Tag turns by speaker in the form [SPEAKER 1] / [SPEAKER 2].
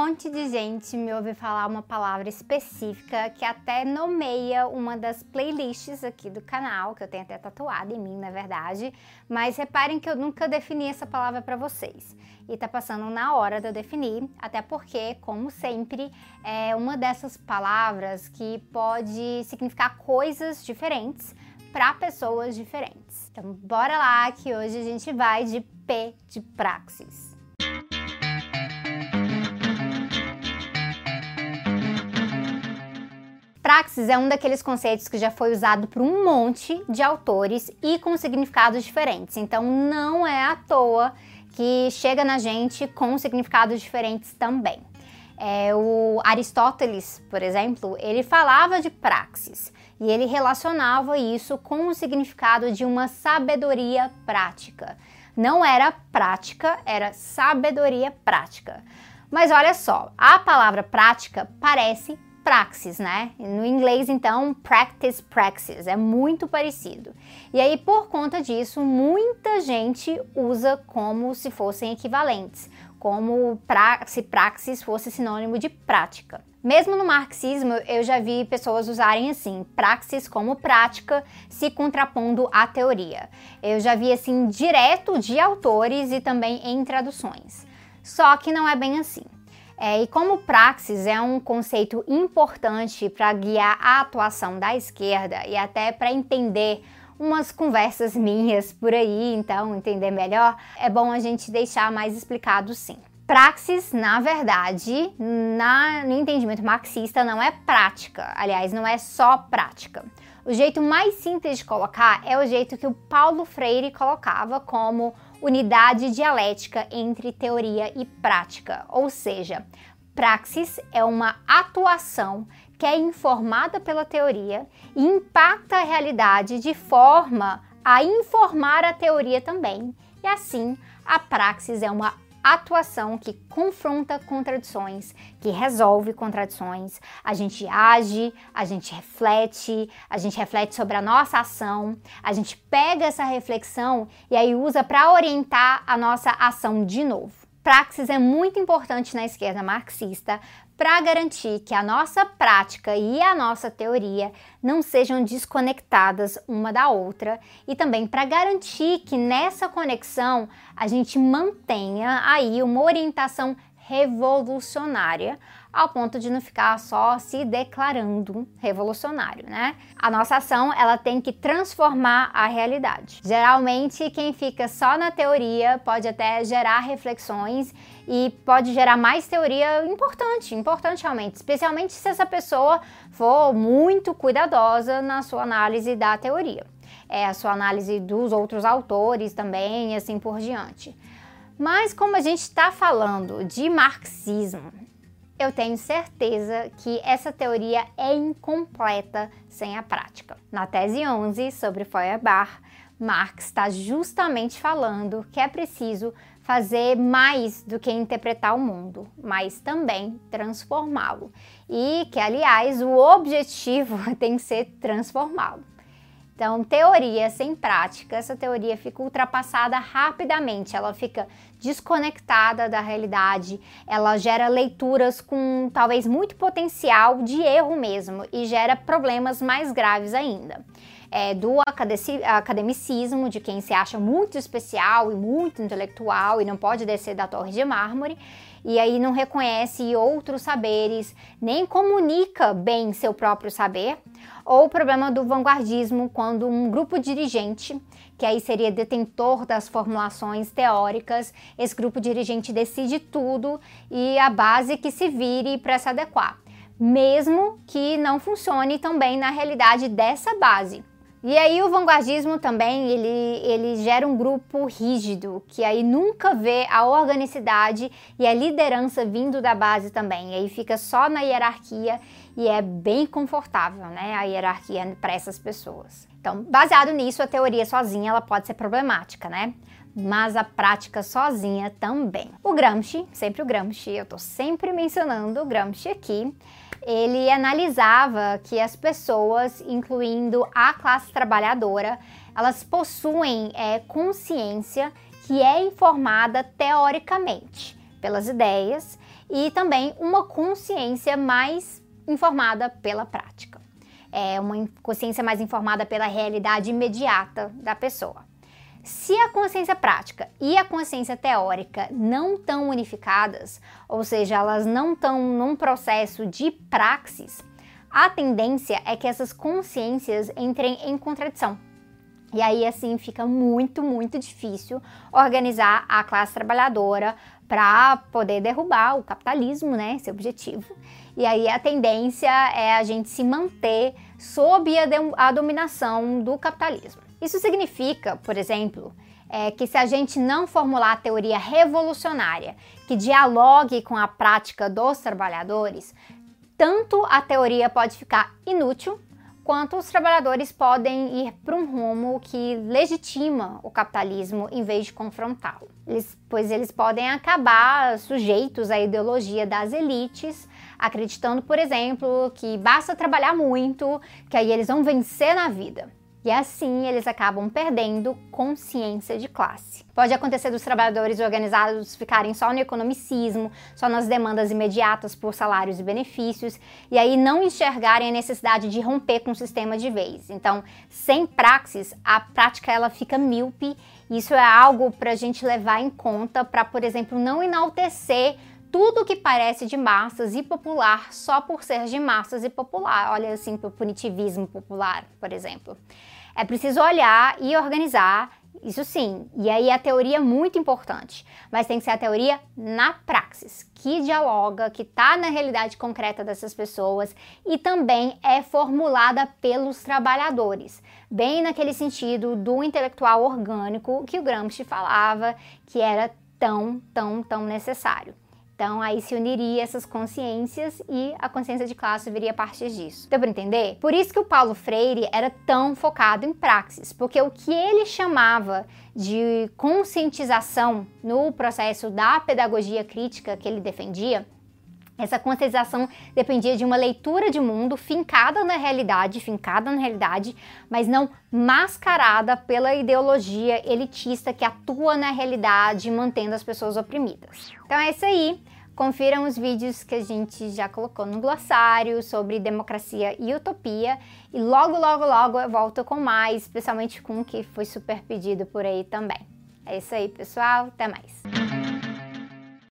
[SPEAKER 1] monte de gente me ouve falar uma palavra específica que até nomeia uma das playlists aqui do canal, que eu tenho até tatuado em mim, na verdade, mas reparem que eu nunca defini essa palavra para vocês. E tá passando na hora de eu definir, até porque, como sempre, é uma dessas palavras que pode significar coisas diferentes para pessoas diferentes. Então, bora lá que hoje a gente vai de P de praxis. Praxis é um daqueles conceitos que já foi usado por um monte de autores e com significados diferentes. Então, não é à toa que chega na gente com significados diferentes também. O Aristóteles, por exemplo, ele falava de praxis e ele relacionava isso com o significado de uma sabedoria prática. Não era prática, era sabedoria prática. Mas olha só, a palavra prática parece praxis, né? No inglês, então, practice, praxis, é muito parecido. E aí, por conta disso, muita gente usa como se fossem equivalentes, como se praxis fosse sinônimo de prática. Mesmo no marxismo, eu já vi pessoas usarem assim, praxis como prática, se contrapondo à teoria. Eu já vi assim, direto de autores e também em traduções. Só que não é bem assim. E como praxis é um conceito importante para guiar a atuação da esquerda e até para entender umas conversas minhas por aí, então entender melhor, é bom a gente deixar mais explicado sim. Praxis, na verdade, no entendimento marxista, não é prática, aliás, não é só prática. O jeito mais simples de colocar é o jeito que o Paulo Freire colocava como unidade dialética entre teoria e prática, ou seja, praxis é uma atuação que é informada pela teoria e impacta a realidade de forma a informar a teoria também. E assim, a praxis é uma atuação que confronta contradições, que resolve contradições. A gente age, a gente reflete sobre a nossa ação, a gente pega essa reflexão e aí usa para orientar a nossa ação de novo. Praxis é muito importante na esquerda marxista para garantir que a nossa prática e a nossa teoria não sejam desconectadas uma da outra e também para garantir que nessa conexão a gente mantenha aí uma orientação revolucionária ao ponto de não ficar só se declarando revolucionário, né? A nossa ação, ela tem que transformar a realidade. Geralmente, quem fica só na teoria pode até gerar reflexões e pode gerar mais teoria importante realmente, especialmente se essa pessoa for muito cuidadosa na sua análise da teoria. A sua análise dos outros autores também e assim por diante. Mas como a gente está falando de marxismo, eu tenho certeza que essa teoria é incompleta sem a prática. Na tese 11 sobre Feuerbach, Marx está justamente falando que é preciso fazer mais do que interpretar o mundo, mas também transformá-lo. E que, aliás, o objetivo tem que ser transformá-lo. Então, teoria sem prática, essa teoria fica ultrapassada rapidamente, ela fica desconectada da realidade, ela gera leituras com talvez muito potencial de erro mesmo e gera problemas mais graves ainda. Do academicismo, de quem se acha muito especial e muito intelectual e não pode descer da torre de mármore, e aí não reconhece outros saberes, nem comunica bem seu próprio saber, ou o problema do vanguardismo, quando um grupo dirigente, que aí seria detentor das formulações teóricas, esse grupo dirigente decide tudo e a base que se vire para se adequar, mesmo que não funcione tão bem na realidade dessa base. E aí o vanguardismo também, ele gera um grupo rígido, que aí nunca vê a organicidade e a liderança vindo da base também. E aí fica só na hierarquia e é bem confortável, né, a hierarquia para essas pessoas. Então, baseado nisso, a teoria sozinha ela pode ser problemática, né? Mas a prática sozinha também. O Gramsci, sempre o Gramsci, eu tô sempre mencionando o Gramsci aqui, ele analisava que as pessoas, incluindo a classe trabalhadora, elas possuem consciência que é informada teoricamente pelas ideias e também uma consciência mais informada pela prática. É uma consciência mais informada pela realidade imediata da pessoa. Se a consciência prática e a consciência teórica não estão unificadas, ou seja, elas não estão num processo de praxis, a tendência é que essas consciências entrem em contradição. E aí, assim, fica muito difícil organizar a classe trabalhadora para poder derrubar o capitalismo, né? Esse objetivo. E aí, a tendência é a gente se manter sob a dominação do capitalismo. Isso significa, por exemplo, que se a gente não formular a teoria revolucionária que dialogue com a prática dos trabalhadores, tanto a teoria pode ficar inútil, quanto os trabalhadores podem ir para um rumo que legitima o capitalismo em vez de confrontá-lo. Pois eles podem acabar sujeitos à ideologia das elites, acreditando, por exemplo, que basta trabalhar muito, que aí eles vão vencer na vida. E assim eles acabam perdendo consciência de classe. Pode acontecer dos trabalhadores organizados ficarem só no economicismo, só nas demandas imediatas por salários e benefícios, e aí não enxergarem a necessidade de romper com o sistema de vez. Então, sem praxis, a prática ela fica míope. Isso é algo para a gente levar em conta para, por exemplo, não enaltecer tudo que parece de massas e popular só por ser de massas e popular. Olha assim para o punitivismo popular, por exemplo. É preciso olhar e organizar, isso sim. E aí a teoria é muito importante, mas tem que ser a teoria na praxis, que dialoga, que está na realidade concreta dessas pessoas e também é formulada pelos trabalhadores, bem naquele sentido do intelectual orgânico que o Gramsci falava que era tão necessário. Então, aí se uniria essas consciências e a consciência de classe viria a partir disso. Deu para entender? Por isso que o Paulo Freire era tão focado em praxis, porque o que ele chamava de conscientização no processo da pedagogia crítica que ele defendia, essa conscientização dependia de uma leitura de mundo fincada na realidade, mas não mascarada pela ideologia elitista que atua na realidade, mantendo as pessoas oprimidas. Então é isso aí. Confiram os vídeos que a gente já colocou no glossário sobre democracia e utopia. E logo eu volto com mais, especialmente com o que foi super pedido por aí também. É isso aí, pessoal. Até mais.